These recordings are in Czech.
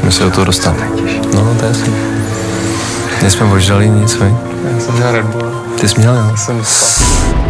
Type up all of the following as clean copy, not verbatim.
Pojďme se do toho dostat. No, to je jasný. Nejsme ožrali nic, vej? Já jsem měl Red Bull. Ty jsi měl, jo? Já jsem spal.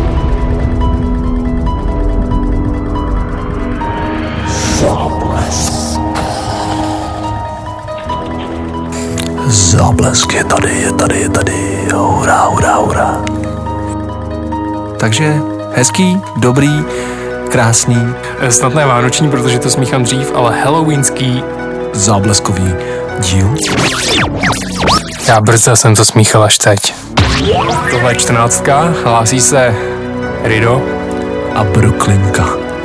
Záblesk je tady. Hurá. Takže hezký, dobrý, krásný. Snad ne vánoční, protože to smíchám dřív, ale halloweenský zábleskový díl. Já brzo jsem to smíchal až teď. Tohle je 14. Hlásí se Rido a Brooklynka.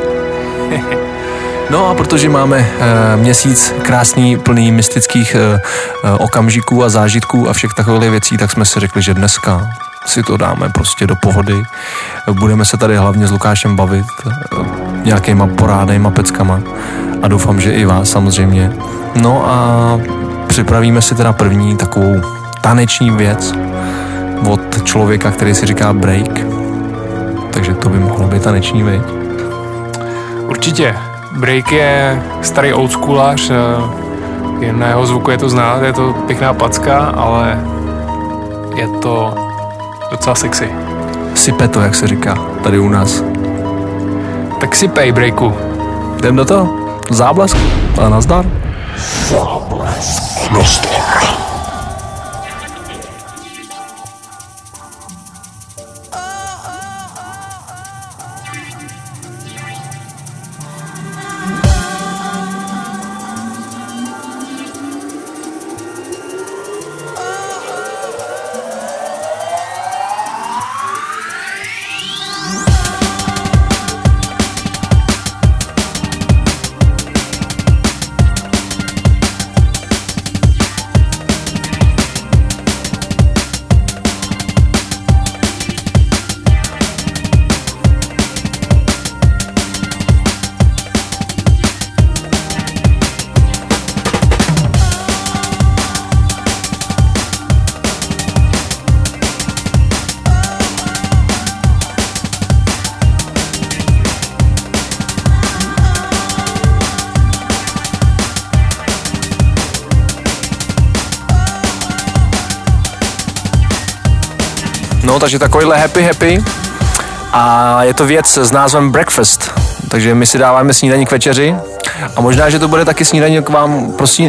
No a protože máme měsíc krásný, plný mystických okamžiků a zážitků a všech takových věcí, tak jsme si řekli, že dneska si to dáme prostě do pohody. Budeme se tady hlavně s Lukášem bavit nějakýma porádejma, peckama a doufám, že i vás samozřejmě. No a připravíme si teda první takovou taneční věc od člověka, který si říká break. Takže to by mohlo být taneční, věc. Určitě. Break je starý oldschoolař, jen na jeho zvuku je to znát, je to pěkná packa, ale je to docela sexy. Sype to, jak se říká, tady u nás. Tak sypej, breaku. Jdem do toho. Záblesk. A nazdar. Záblesk. Nazdar. No, takže takovýhle happy a je to věc s názvem breakfast, takže my si dáváme snídaní k večeři a možná, že to bude taky snídaní k vám, prosím,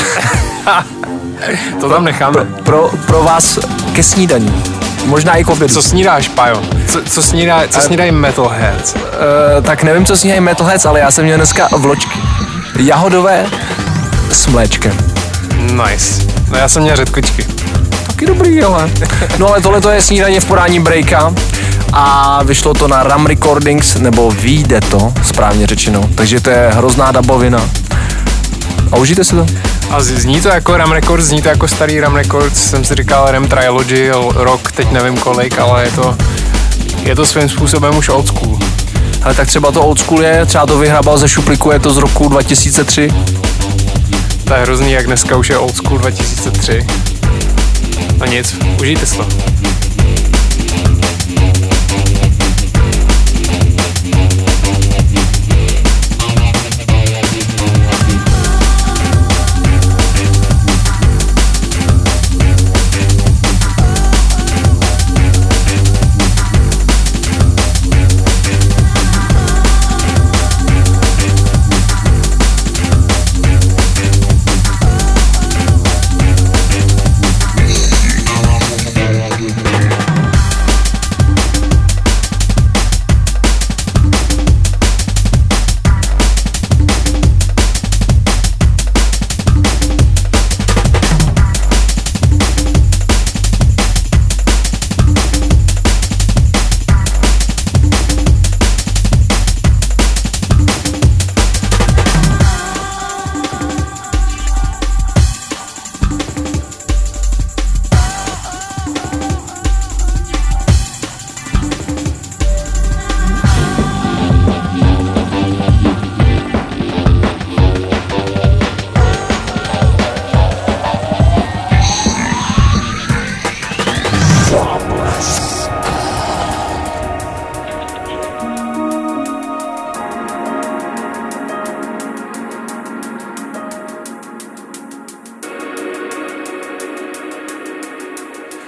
to tam necháme. Pro vás ke snídaní, možná i k obědu. Co snídáš, Pajo? Co snídají metalheads? Tak nevím, co snídají metalheads, ale já jsem měl dneska vločky jahodové s mléčkem. Nice. No já jsem měl řetkočky. Taky dobrý, ale. No ale tohle je snídaně v podání breaka a vyšlo to na Ram Recordings, nebo vyjde to, správně řečeno. Takže to je hrozná dabovina. A užijte si to. A zní to jako Ram Records, zní to jako starý Ram Records, jsem si říkal Ram Trilogy, rok, teď nevím kolik, ale je to svým způsobem už old school. Ale tak třeba to old school je, třeba to vyhrabal ze šuplíku, je to z roku 2003. To je hrozný, jak dneska už je old school 2003. No nic, užijte si to.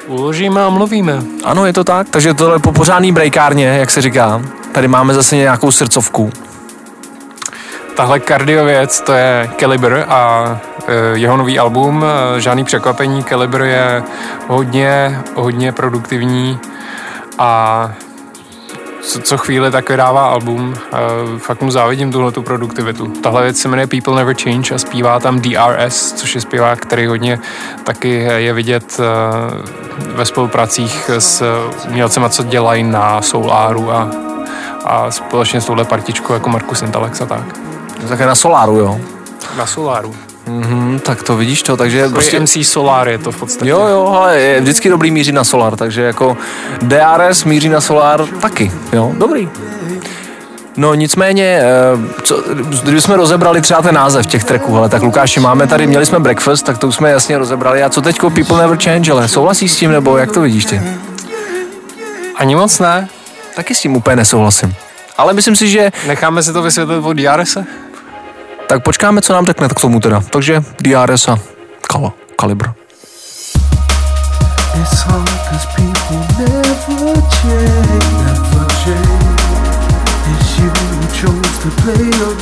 Uložíme a mluvíme. Ano, je to tak, takže tohle po pořádný breakárně, jak se říká. Tady máme zase nějakou srdcovku. Tahle kardiověc, to je Calibre a jeho nový album, žádný překvapení, Calibre je hodně produktivní a co chvíli tak vydává album, fakt mu závidím tuhletu produktivitu. Tahle věc se jmenuje People Never Change a zpívá tam DRS, což je zpěvák, který hodně taky je vidět ve spolupracích s umělcema, co dělají na Soularu a společně s touhle partičkou jako Markus Intalex a tak. Také na Solaru, jo? Na Solaru. Tak to vidíš to, takže prostě MC Solar je to v podstatě. Jo, ale je vždycky dobrý mířit na Solar, takže jako DRS míří na Solar taky, jo, dobrý. No nicméně, když jsme rozebrali třeba ten název těch tracků, hele, tak Lukáši, měli jsme Breakfast, tak to už jsme jasně rozebrali. A co teďko People Never Change, ale souhlasíš s tím, nebo jak to vidíš ty? Ani moc ne. Taky s tím úplně nesouhlasím. Ale myslím si, že... Necháme si to vysvětlit od DRS-e? Tak počkáme, co nám řekne k tomu teda. Takže DRS a Calibre. It's hard 'cause people never change. It's you who chose to play your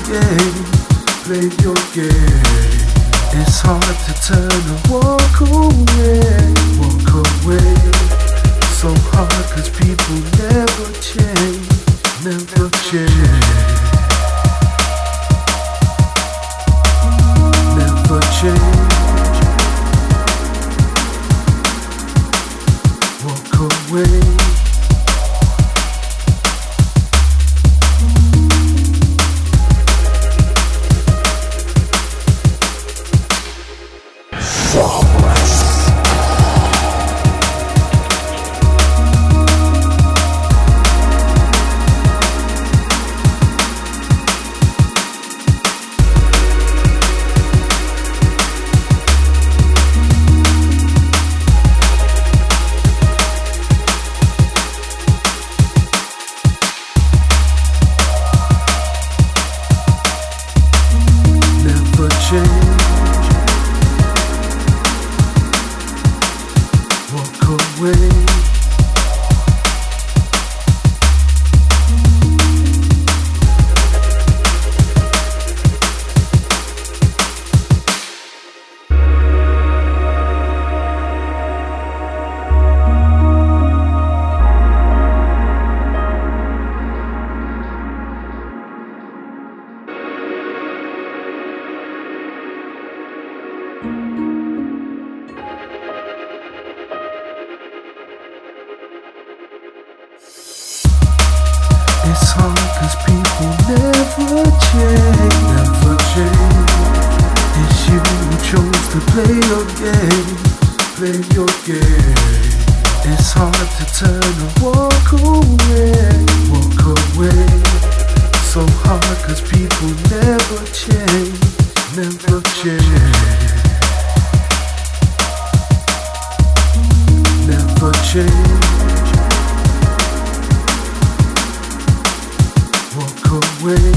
game. It's hard to turn and walk away. So hard 'cause people never change. Never change. Walk away. It's hard 'cause people never change. It's you who chose to play your game. It's hard to turn and walk away. So hard 'cause people never change. Never change. Walk away.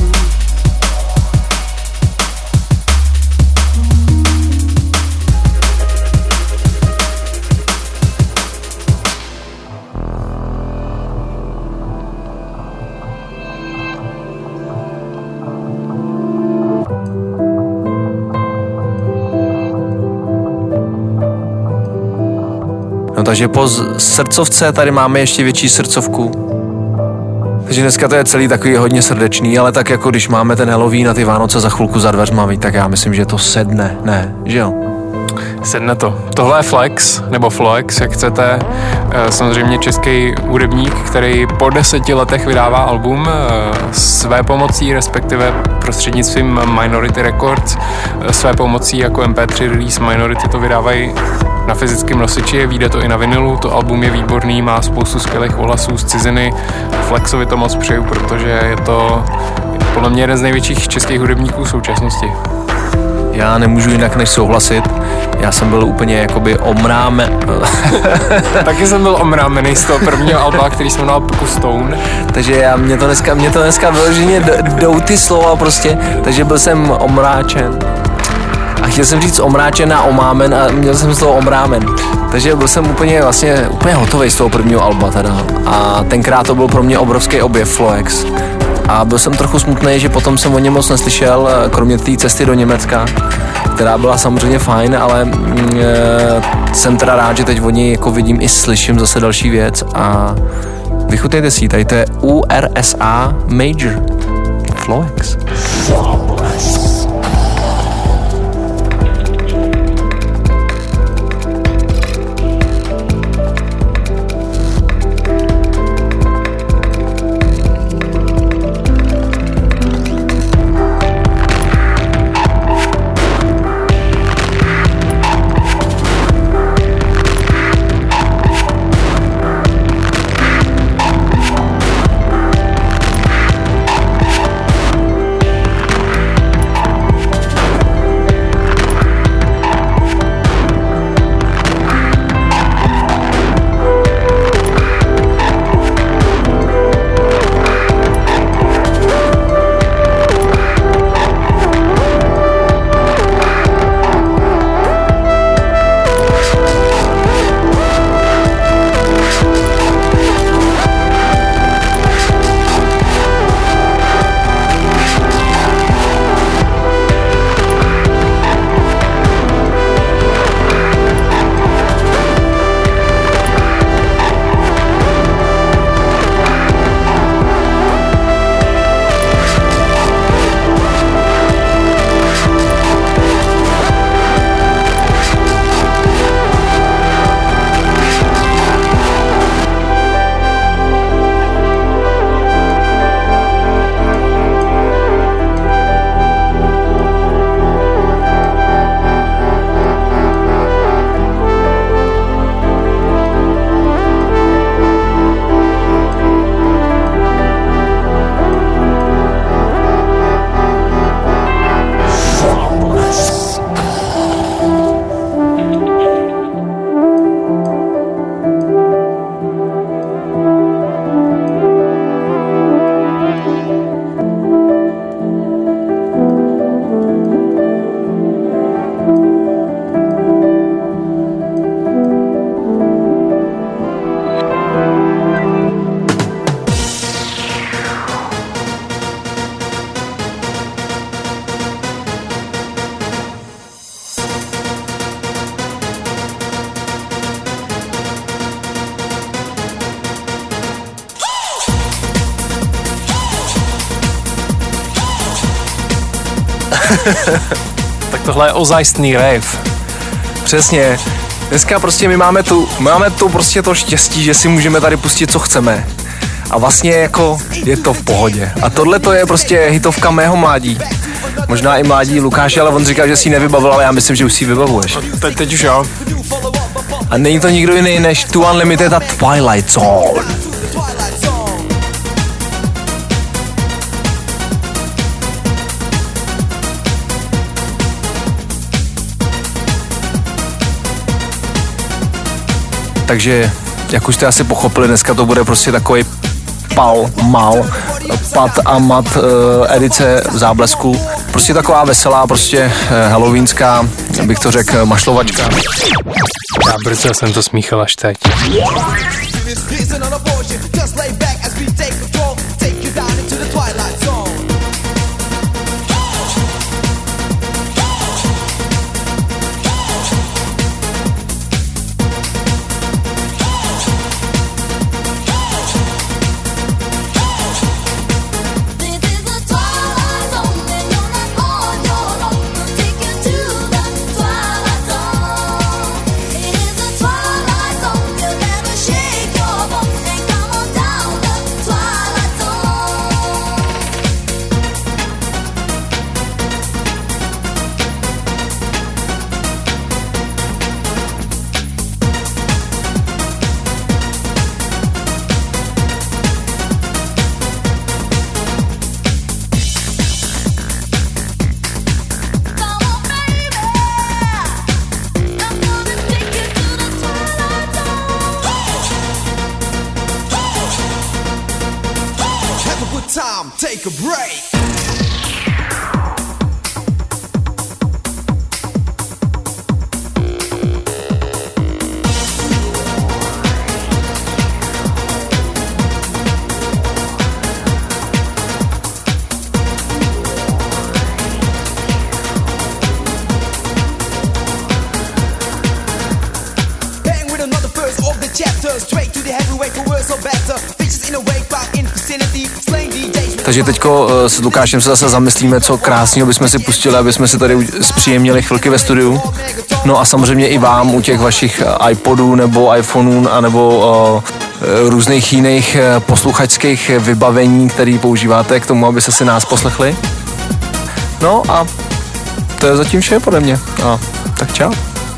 No takže po srdcovce tady máme ještě větší srdcovku. Takže dneska to je celý takový hodně srdečný, ale tak jako když máme ten Halloween a ty Vánoce za chvilku za dveřma, tak já myslím, že to sedne, ne, že jo? Sedne to. Tohle je Flex, nebo Floex, jak chcete. Samozřejmě český hudebník, který po 10 letech vydává album své pomocí, respektive prostřednictvím Minority Records, své pomocí jako MP3 release. Minority to vydávají na fyzickém nosiči, vyjde to i na vinilu, to album je výborný, má spoustu skvělých ohlasů z ciziny. Flexovi to moc přeju, protože je to podle mě jeden z největších českých hudebníků v současnosti. Já nemůžu jinak než souhlasit. Já jsem byl úplně jakoby omrámen. Taky jsem byl omrámený z toho prvního alba, který jsem jmenoval Poku Stone. Takže mě to dneska vyloženě jdou ty slova prostě, takže byl jsem omráčen. A chtěl jsem říct omráčen a omámen a měl jsem z toho omrámen. Takže byl jsem úplně hotový z toho prvního alba teda. A tenkrát to byl pro mě obrovský objev Floex. A byl jsem trochu smutný, že potom jsem o něm moc neslyšel, kromě té cesty do Německa, která byla samozřejmě fajn, ale jsem teda rád, že teď od něj jako vidím i slyším zase další věc a vychutejte si, tady to je URSA Major Floex. Tak tohle je ozajstný rave. Přesně. Dneska prostě my máme tu prostě to štěstí, že si můžeme tady pustit, co chceme. A vlastně jako je to v pohodě. A tohle to je prostě hitovka mého mládí. Možná i mládí Lukáše, ale on říkal, že si ji nevybavil, ale já myslím, že už si ji vybavuješ. Teď už jo. A není to nikdo jiný než Too Unlimited a Twilight Zone. Takže, jak už jste asi pochopili, dneska to bude prostě takový pat a mat edice v záblesku. Prostě taková veselá, prostě halloweenská, bych to řekl, mašlovačka. Já brzo jsem to smíchal až teď. Take a break. Takže teďko s Lukášem se zase zamyslíme, co krásného bychom si pustili, aby jsme si tady zpříjemnili chvilky ve studiu. No a samozřejmě i vám u těch vašich iPodů nebo iPhoneů anebo různých jiných posluchačských vybavení, které používáte k tomu, abyste si nás poslechli. No a to je zatím vše pode mě. A tak čau.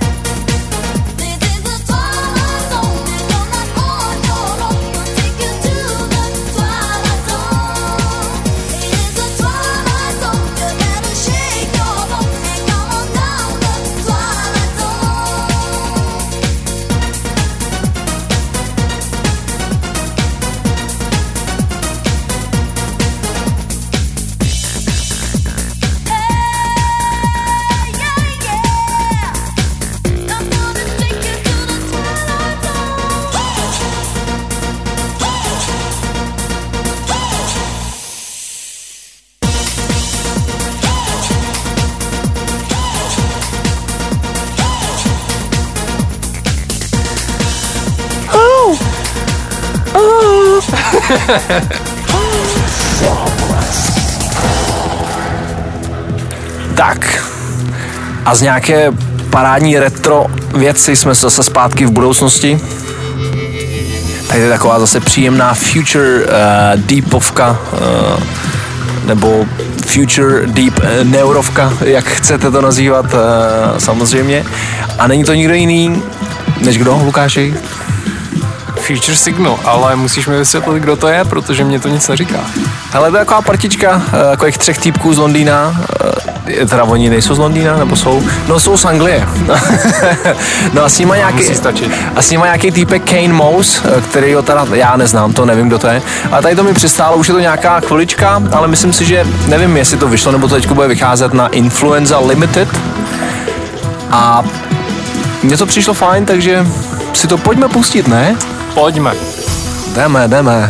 Tak a z nějaké parádní retro věci jsme zase zpátky v budoucnosti. Tady je taková zase příjemná future deepovka nebo future deep neurovka, jak chcete to nazývat, samozřejmě. A není to nikdo jiný než kdo, Lukáši? Future Signal, ale musíš mi vysvětlit, kdo to je, protože mě to nic neříká. Hele, to je taková partička takových 3 týpků z Londýna. Teda oni nejsou z Londýna, nebo jsou? No, jsou z Anglie. No a s nima nějaký týpek Kane Mouse, který ho teda já neznám, to nevím, kdo to je. Ale tady to mi přistálo, už je to nějaká chvilička, ale myslím si, že nevím, jestli to vyšlo, nebo to teďko bude vycházet na Influenza Limited. A mně to přišlo fajn, takže si to pojďme pustit, ne? Pojďme. Jdeme.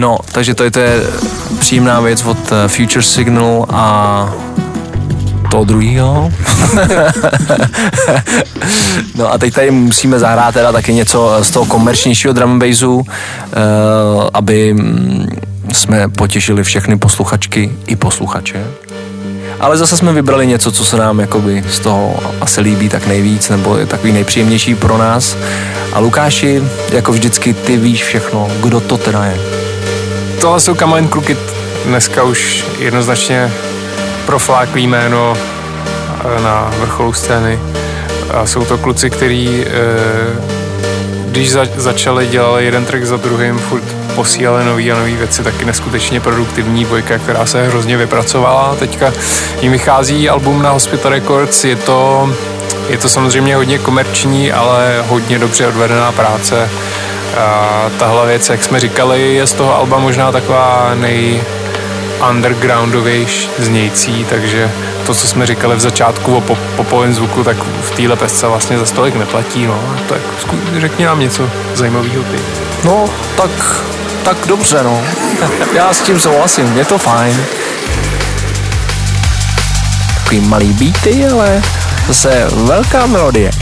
No, takže to je příjemná věc od Future Signal a toho druhýho. No a teď tady musíme zahrát teda taky něco z toho komerčnějšího drum and bassu, aby jsme potěšili všechny posluchačky i posluchače. Ale zase jsme vybrali něco, co se nám jakoby z toho asi líbí tak nejvíc, nebo je takový nejpříjemnější pro nás. A Lukáši, jako vždycky, ty víš všechno, kdo to teda je. Tohle jsou Kamelin kluky, dneska už jednoznačně profláklý jméno na vrcholu scény. A jsou to kluci, kteří když začali, dělali jeden track za druhým, furt posílali nový a nový věci, taky neskutečně produktivní dvojka, která se hrozně vypracovala. Teďka jim vychází album na Hospital Records, je to samozřejmě hodně komerční, ale hodně dobře odvedená práce. A tahle věc, jak jsme říkali, je z toho alba možná taková undergroundovější znějící, takže to, co jsme říkali v začátku o popovém zvuku, tak v téhle pesce vlastně za stolik neplatí, no. Tak řekni nám něco zajímavého ty. No, tak dobře, no. Já s tím souhlasím, je to fajn. Takový malý beaty, ale zase velká melodie.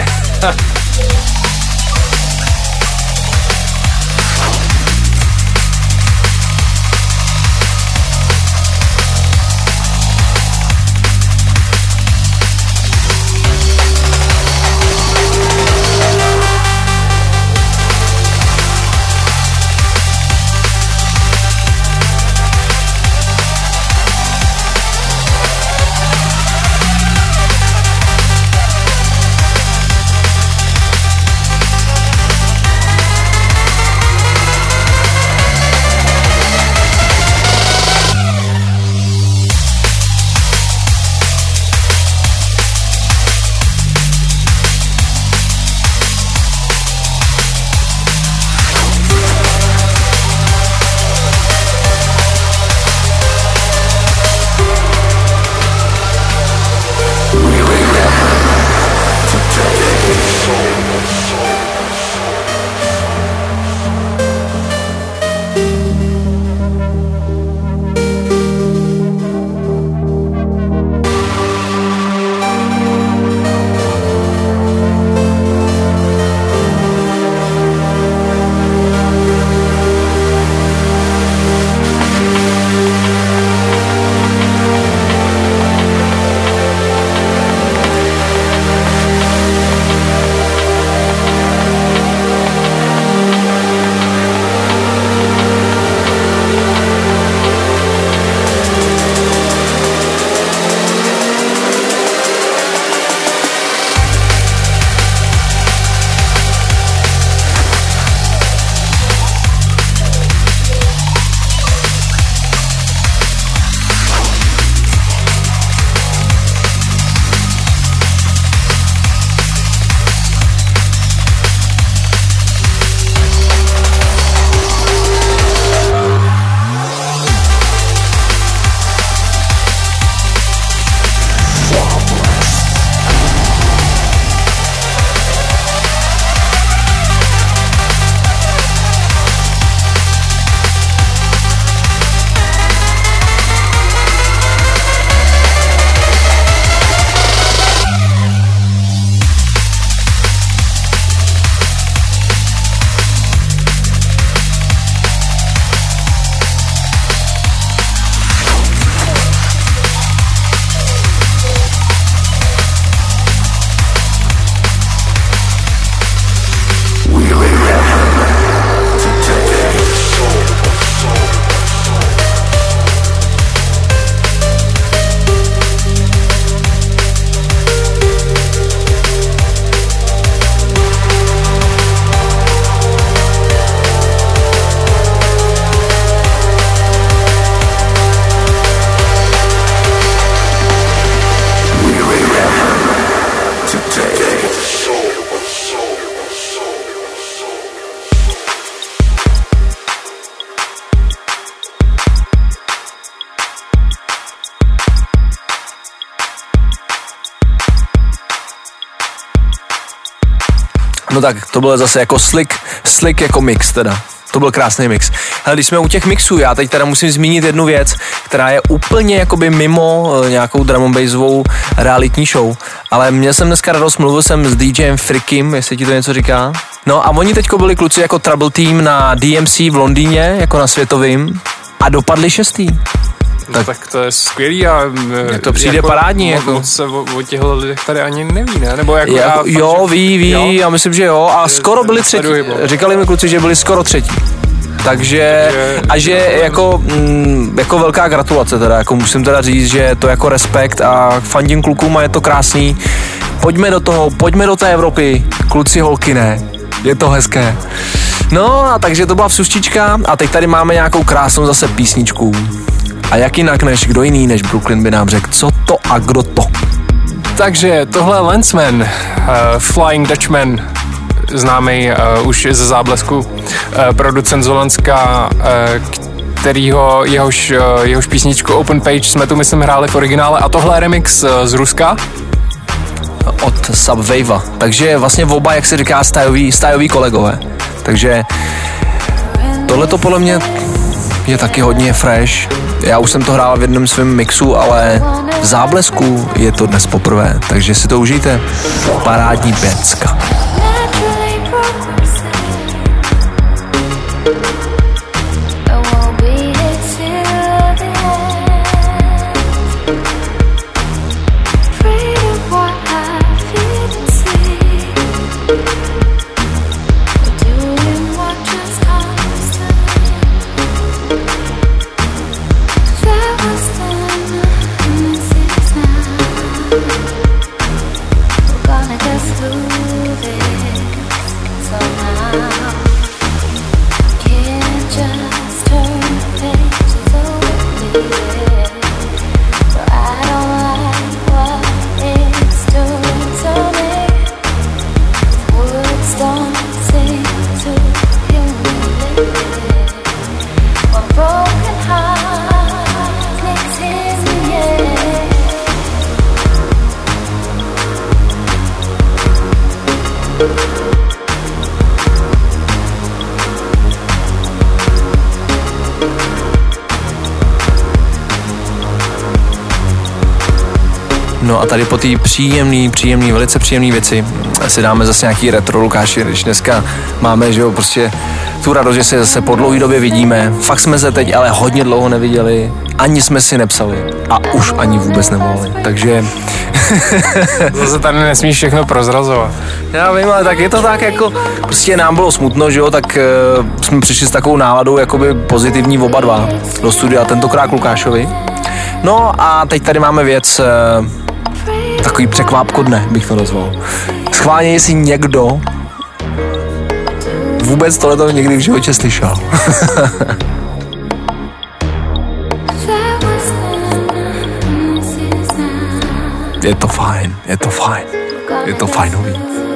No tak to bylo zase jako slick jako mix teda. To byl krásný mix. Hele, když jsme u těch mixů, já teď teda musím zmínit jednu věc, která je úplně jakoby mimo nějakou drum and bassovou realitní show. Ale měl jsem dneska radost, mluvil jsem s DJem Frikim, jestli ti to něco říká. No a oni teďko byli kluci jako Trouble Team na DMC v Londýně, jako na světovým, a dopadli 6. Tak to je skvělý a to přijde jako parádní. Moc se o těchto lidech tady ani neví, ne? Nebo jako ví, jo? Já myslím, že jo. A skoro byli 3. Říkali mi kluci, že byli skoro 3. Takže a že jako velká gratulace teda, jako musím teda říct, že to jako respekt a fandím klukům a je to krásný. Pojďme do toho, pojďme do té Evropy, kluci, holky, ne. Je to hezké. No a takže to byla vsustička a teď tady máme nějakou krásnou zase písničku. A jak jinak než kdo jiný než Brooklyn by nám řekl, co to a kdo to. Takže tohle Lensman, Flying Dutchman, známý už ze Záblesku, producent z Holandska, jehož písničku Open Page jsme tu myslím hráli v originále a tohle je remix z Ruska. Od Subwavea, takže vlastně oba, jak se říká, styloví kolegové. Takže tohleto podle mě je taky hodně fresh. Já už jsem to hrál v jednom svém mixu, ale v Záblesku je to dnes poprvé, takže si to užijte. Parádní pecka. No a tady po té příjemný, velice příjemný věci si dáme zase nějaký retro, Lukáši, když dneska máme, že jo, prostě tu radost, že se zase po dlouhé době vidíme. Fakt jsme se teď ale hodně dlouho neviděli, ani jsme si nepsali a už ani vůbec nevolali, takže... Zase tady nesmíš všechno prozrazovat. Já vím, ale tak je to tak jako, prostě nám bylo smutno, že jo, tak jsme přišli s takovou náladou, jakoby pozitivní oba dva do studia, tentokrát k Lukášovi. No a teď tady máme věc, takový překvápko dne, bych to nazval. Schválně, jestli někdo vůbec tohleto někdy v životě slyšel. Je to fajn, je to fajnový.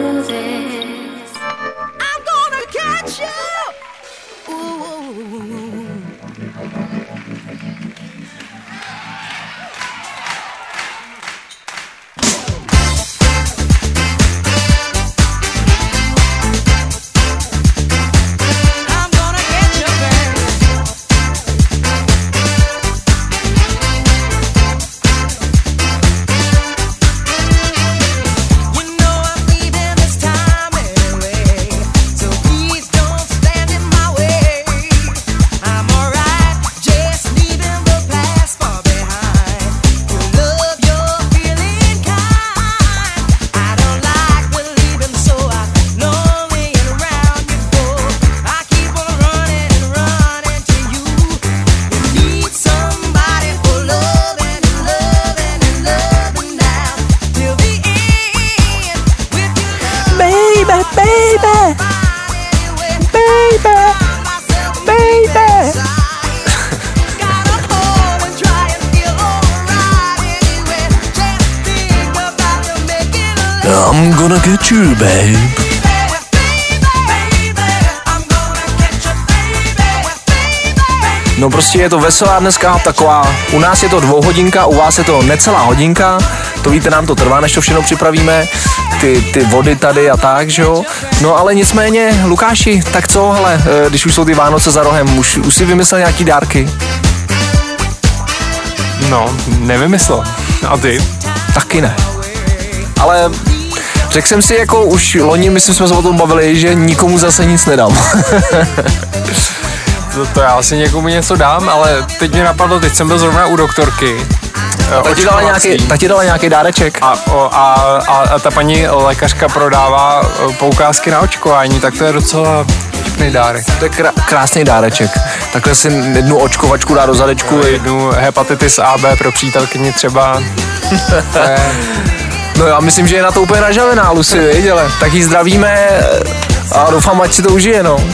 I'm gonna get you, babe. No prostě je to veselá dneska taková, u nás je to 2 hodinka, u vás je to necelá hodinka, to víte, nám to trvá, než to všechno připravíme, ty vody tady a tak, že jo. No ale nicméně, Lukáši, tak co, hele, když už jsou ty Vánoce za rohem, už si vymyslel nějaký dárky? No, nevymyslel. A ty? Taky ne. Ale řekl jsem si, jako už loni, myslím, jsme se o tom bavili, že nikomu zase nic nedám. To já asi někomu něco dám, ale teď mě napadlo, teď jsem byl zrovna u doktorky. Ta ti dala nějaký dáreček. A ta paní lékařka prodává poukázky na očkování, tak to je docela vtipný dárek. To je krásný dáreček. Takhle si jednu očkovačku dá do zadečku. Jednu hepatitis A, B pro přítelkyni třeba. No já myslím, že je na to úplně nažavená, Lucy, viď, ale tak jí zdravíme a doufám, ať si to užije, no.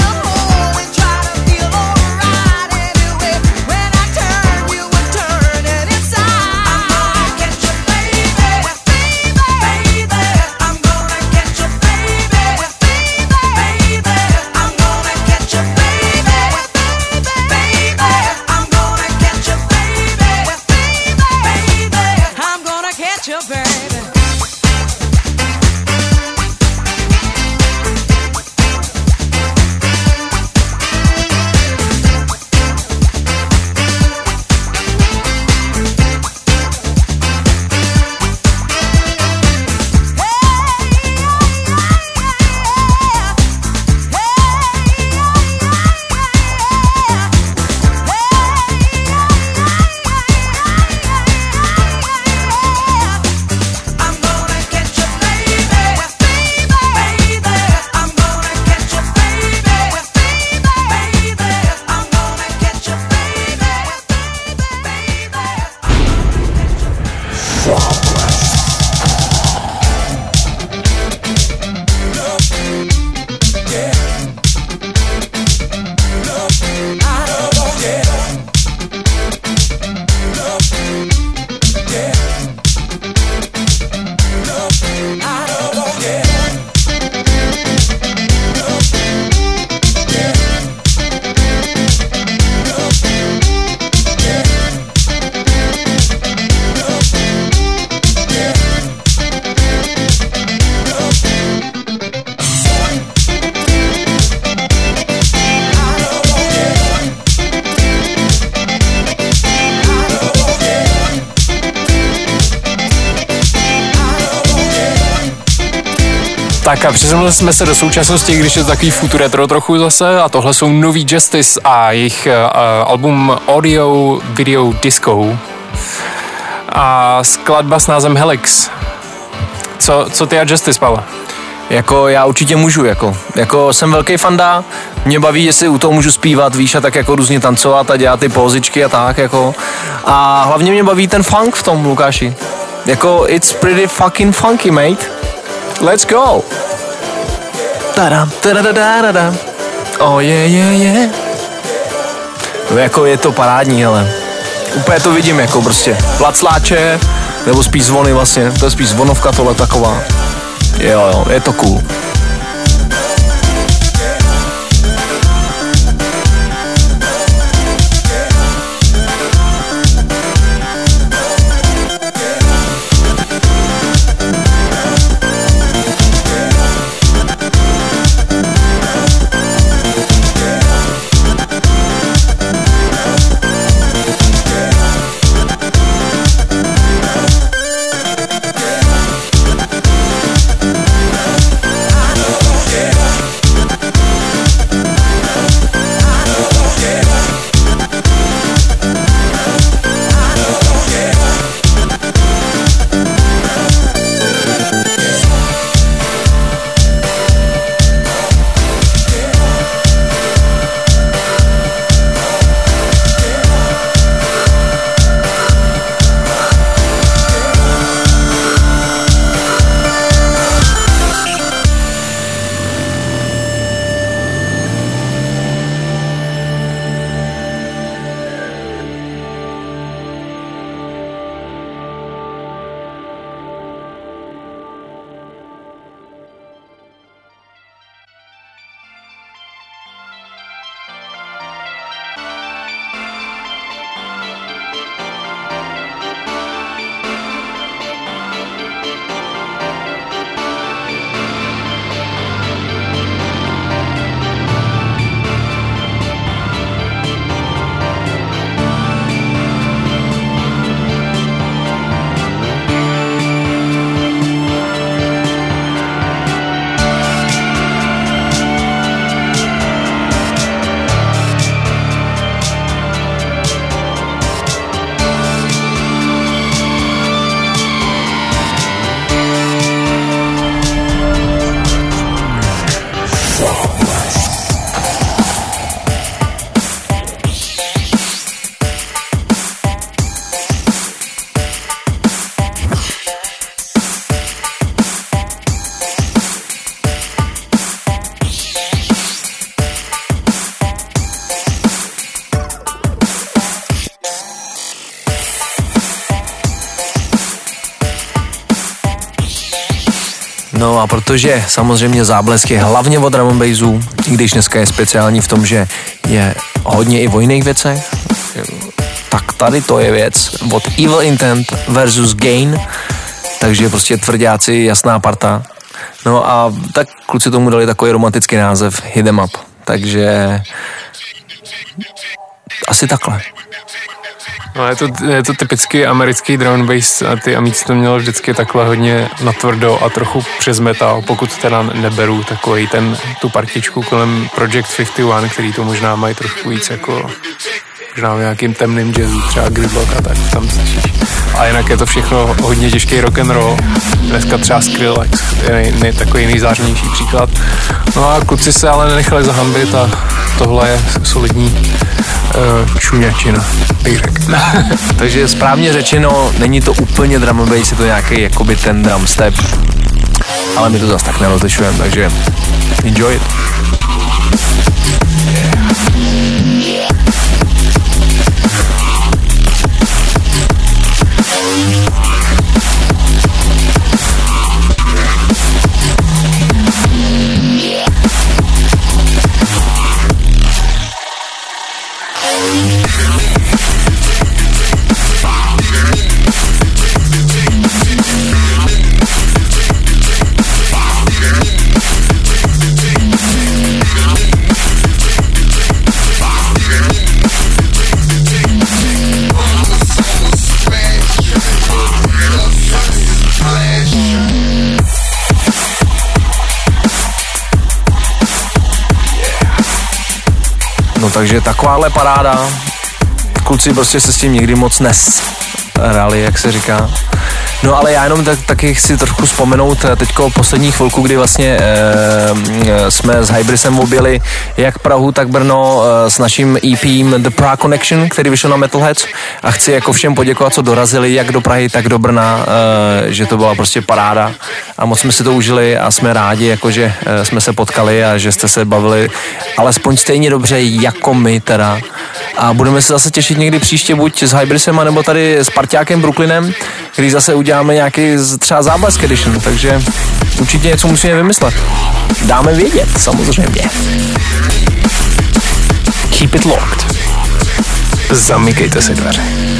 Tak a přesunuli jsme se do současnosti, když je to takový futur retro trochu zase a tohle jsou nový Justice a jejich album Audio Video Disco a skladba s názvem Helix. Co ty a Justice, Pavle? Jako já určitě můžu, jako jsem velký fanda, mě baví, jestli u toho můžu zpívat, víš, a tak jako různě tancovat a dělat ty pózičky a tak, jako. A hlavně mě baví ten funk v tom, Lukáši. Jako, it's pretty fucking funky, mate. Let's go. Tadam, tadadadadadam. Oh yeah. No jako je to parádní, ale úplně to vidím, jako prostě placláče, nebo spíš zvony vlastně, to je spíš zvonovka tohle taková. Jo, je to cool. No a protože samozřejmě záblesk je hlavně od drum and bassu, i když dneska je speciální v tom, že je hodně i o jiných věcech, tak tady to je věc od Evil Intent versus Gain, takže prostě tvrdáci, jasná parta. No a tak kluci tomu dali takový romantický název Hit 'em Up, takže asi takhle. No, je to typicky americký drum and bass a ty Amici to mělo vždycky takhle hodně natvrdo a trochu přes metal, pokud teda neberu takovej tu partičku kolem Project 51, který to možná mají trošku víc jako možná v nějakým temným jazzu, třeba Gridlock a tak tam slyšíš. A jinak je to všechno hodně těžký rock and roll. Dneska třeba Skrillex je takový nejzářnější příklad. No a kluci se ale nenechali zahambit a tohle je solidní čuňačina, bych řekl. Takže správně řečeno, není to úplně drum and bass, je to nějaký jakoby ten drum step. Ale my to zase tak nerozlišujeme, takže enjoy it. No takže takováhle paráda. Kluci prostě se s tím nikdy moc nesrali, jak se říká. No ale já jenom taky chci trochu vzpomenout teďko poslední chvilku, kdy vlastně jsme s Hybrisem objeli jak Prahu, tak Brno s naším EPem The Prague Connection, který vyšel na Metalheads, a chci jako všem poděkovat, co dorazili jak do Prahy, tak do Brna, že to byla prostě paráda a moc jsme si to užili a jsme rádi, jakože jsme se potkali a že jste se bavili alespoň stejně dobře jako my teda. A budeme se zase těšit někdy příště buď s Hybrisem, nebo tady s parťákem Brooklynem, když zase uděláme nějaký třeba záblesk edition, takže určitě něco musíme vymyslet. Dáme vědět, samozřejmě. Keep it locked. Zamykejte si dveře.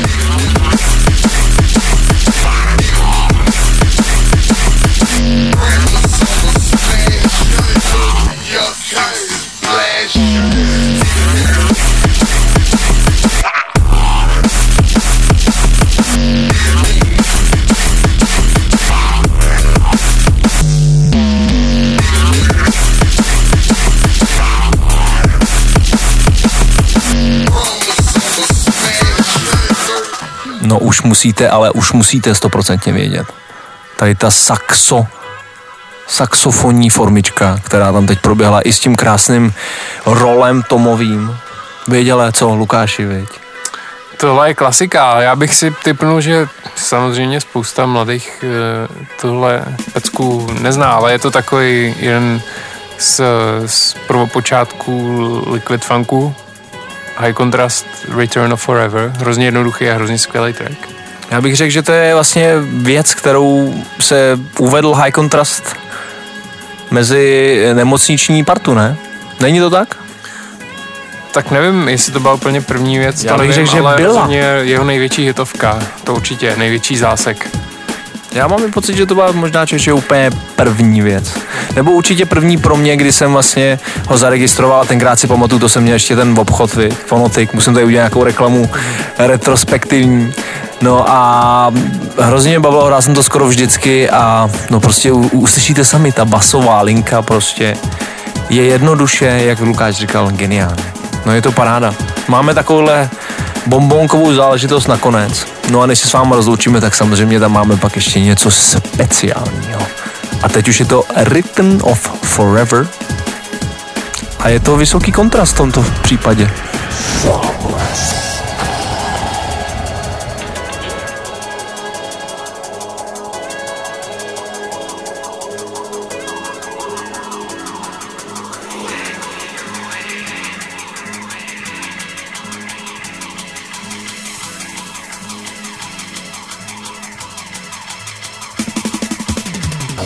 No už musíte, ale už musíte 100% vědět. Tady ta saxofonní formička, která tam teď proběhla i s tím krásným rolem tomovým. Věděle co, Lukáši, viď? Tohle je klasika. Já bych si tipnul, že samozřejmě spousta mladých tohle pecku nezná, ale je to takový jeden z prvopočátků Liquid Funku. High Contrast, Return of Forever. Hrozně jednoduchý a hrozně skvělý track. Já bych řekl, že to je vlastně věc, kterou se uvedl High Contrast mezi nemocniční partu, ne? Není to tak? Tak nevím, jestli to byla úplně první věc, Já to bych nevím, řekl, že ale byla. rozhodně jeho největší hitovka. To určitě, největší zásek. Já mám pocit, že to byla možná Češi úplně první věc. Nebo určitě první pro mě, kdy jsem vlastně ho zaregistroval a tenkrát si pamatuju, to jsem měl ještě ten obchod, Fonotik, musím tady udělat nějakou reklamu retrospektivní. No a hrozně mě bavilo, hrál jsem to skoro vždycky a no prostě uslyšíte sami, ta basová linka prostě je jednoduše, jak Lukáš říkal, geniální. No je to paráda. Máme takovouhle bombonkovou záležitost nakonec. No a než se s vámi rozloučíme, tak samozřejmě tam máme pak ještě něco speciálního. A teď už je to Return of Forever. A je to vysoký kontrast v tomto případě.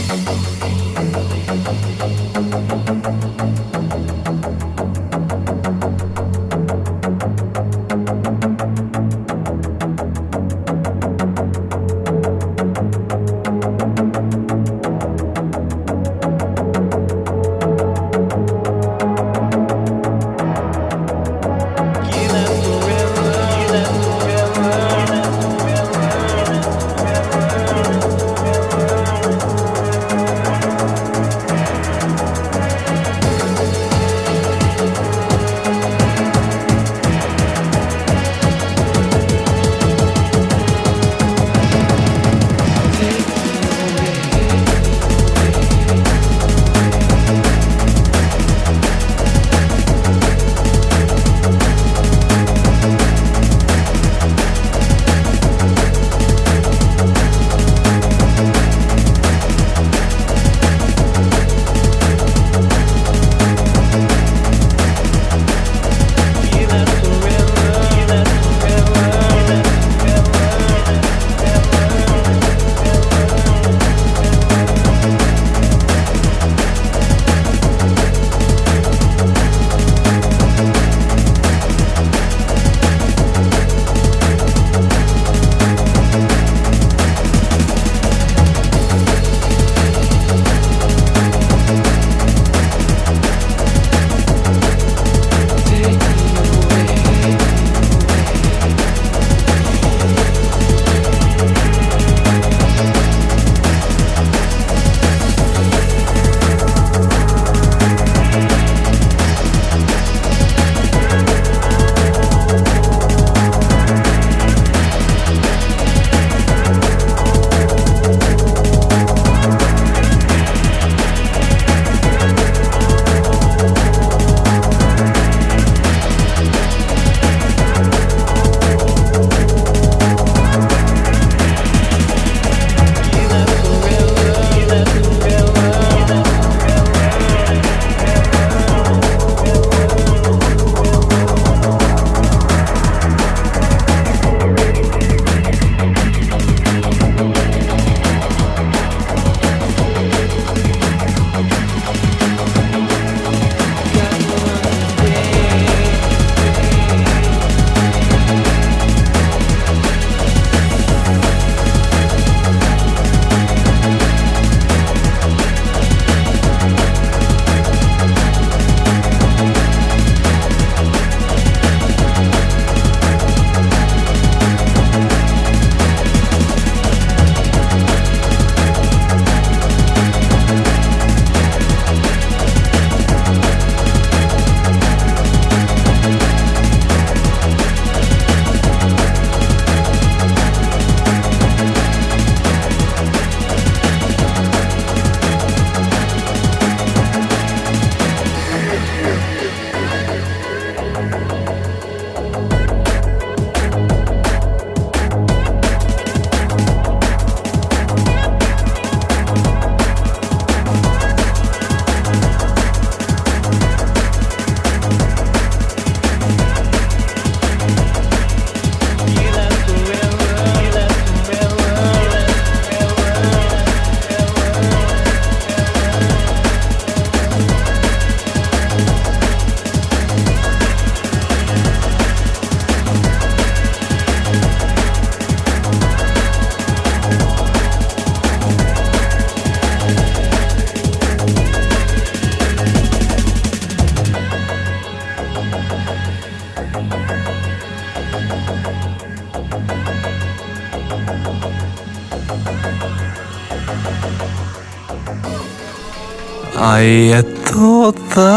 A je to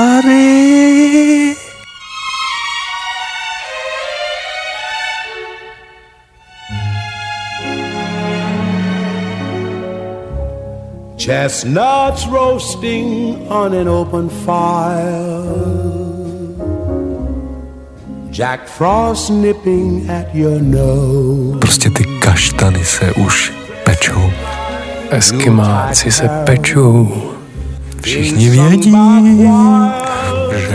tady. Chestnuts roasting on an open fire, Jack Frost nipping at your nose. Prostě ty kaštany se už pečou. Eskimáci se pečou. Všichni vědí, že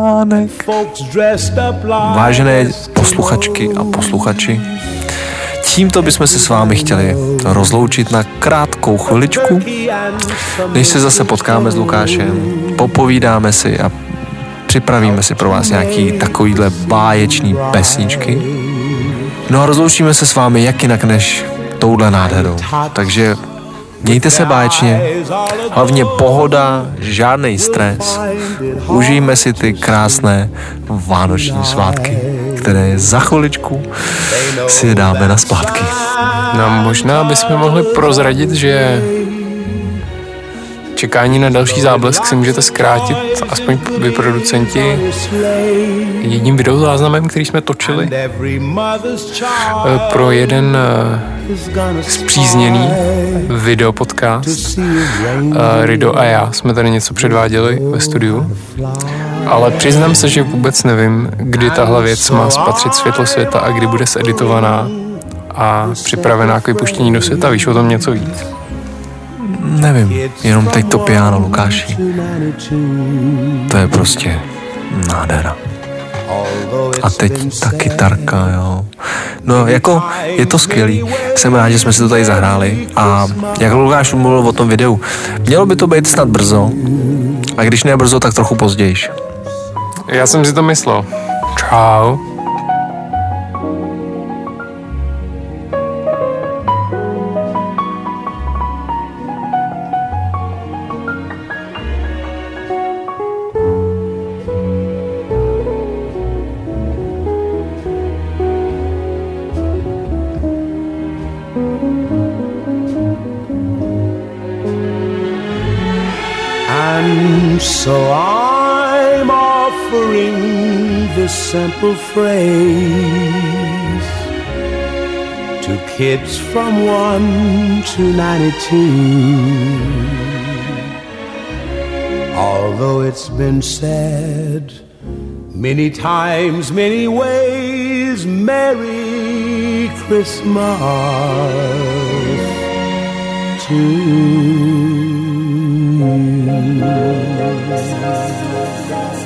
krocánek. Vážené posluchačky a posluchači, tímto bychom se s vámi chtěli rozloučit na krátkou chviličku, než se zase potkáme s Lukášem, popovídáme si a připravíme si pro vás nějaký takovýhle báječný pesničky. No a rozloučíme se s vámi jak jinak než touhle nádherou. Takže mějte se báječně, hlavně pohoda, žádnej stres. Užijme si ty krásné vánoční svátky, které za chviličku si dáme na splátky. No možná bychom mohli prozradit, že čekání na další záblesk si můžete zkrátit, aspoň vy producenti, jedním videozáznamem, který jsme točili pro jeden spřízněný videopodcast. Rido a já jsme tady něco předváděli ve studiu, ale přiznám se, že vůbec nevím, kdy tahle věc má spatřit světlo světa a kdy bude seditovaná a připravená k vypuštění do světa. Víš o tom něco víc? Nevím, jenom teď to piano, Lukáši. To je prostě nádhera. A teď ta kytarka, jo. No, jako, je to skvělý. Jsem rád, že jsme si to tady zahráli. A jak Lukáš mluvil o tom videu, mělo by to být snad brzo. A když ne brzo, tak trochu později. Já jsem si to myslel. Čau. And so I'm offering this simple phrase to kids from 1 to 92. Although it's been said many times, many ways, Merry Christmas to you.